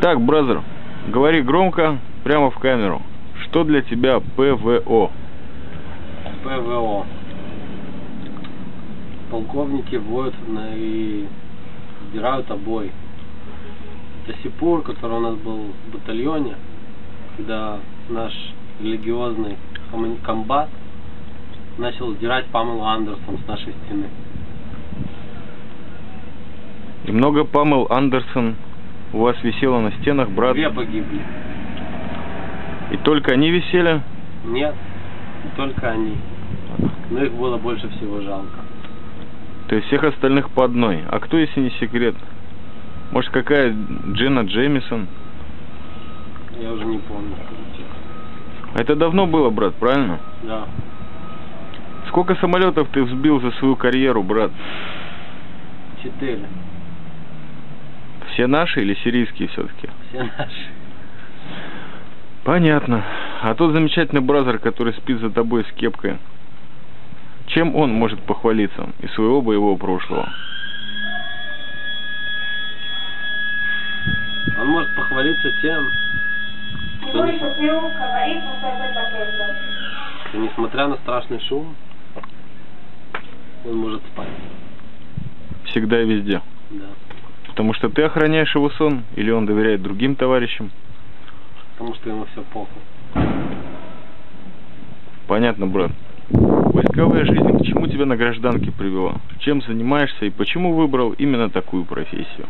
Так, бразер, говори громко, прямо в камеру. Что для тебя ПВО? ПВО. Полковники воют и сдирают обои. Это Сипур, который у нас был в батальоне, когда наш религиозный комбат начал сдирать Памелу Андерсон с нашей стены. И много Памел Андерсон у вас висело на стенах, брат? 2 погибли. И только они висели? Нет, не только они. Но их было больше всего жалко. То есть всех остальных по одной. А кто, если не секрет? Может, какая Дженна Джеймисон? Я уже не помню. Это давно было, брат, правильно? Да. Сколько самолетов ты взбил за свою карьеру, брат? 4. Все наши или сирийские все-таки? Все наши. Понятно. А тот замечательный бразер, который спит за тобой с кепкой, чем он может похвалиться из своего боевого прошлого? Он может похвалиться тем, что несмотря на страшный шум, он может спать. Всегда и везде. Да. Потому что ты охраняешь его сон, или он доверяет другим товарищам? Потому что ему все похуй. Понятно, брат. Войсковая жизнь к чему тебя на гражданке привела? Чем занимаешься и почему выбрал именно такую профессию?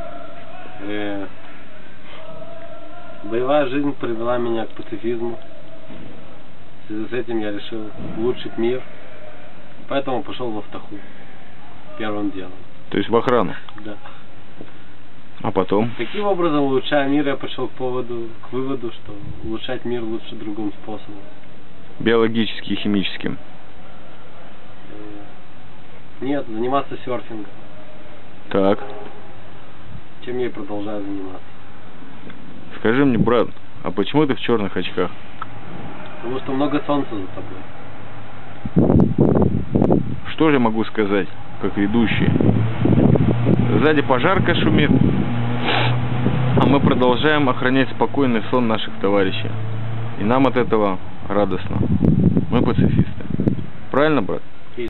Боевая жизнь привела меня к пацифизму. В связи с этим я решил улучшить мир. Поэтому пошел в Автоху. Первым делом. То есть в охрану? Да. А потом? Таким образом, улучшая мир, я пришел к выводу, что улучшать мир лучше другим способом. Биологически и химическим? Нет, заниматься серфингом. Так. Чем я и продолжаю заниматься. Скажи мне, брат, а почему ты в черных очках? Потому что много солнца за тобой. Что же я могу сказать, как ведущий? Сзади пожарка шумит, а мы продолжаем охранять спокойный сон наших товарищей. И нам от этого радостно. Мы пацифисты. Правильно, брат?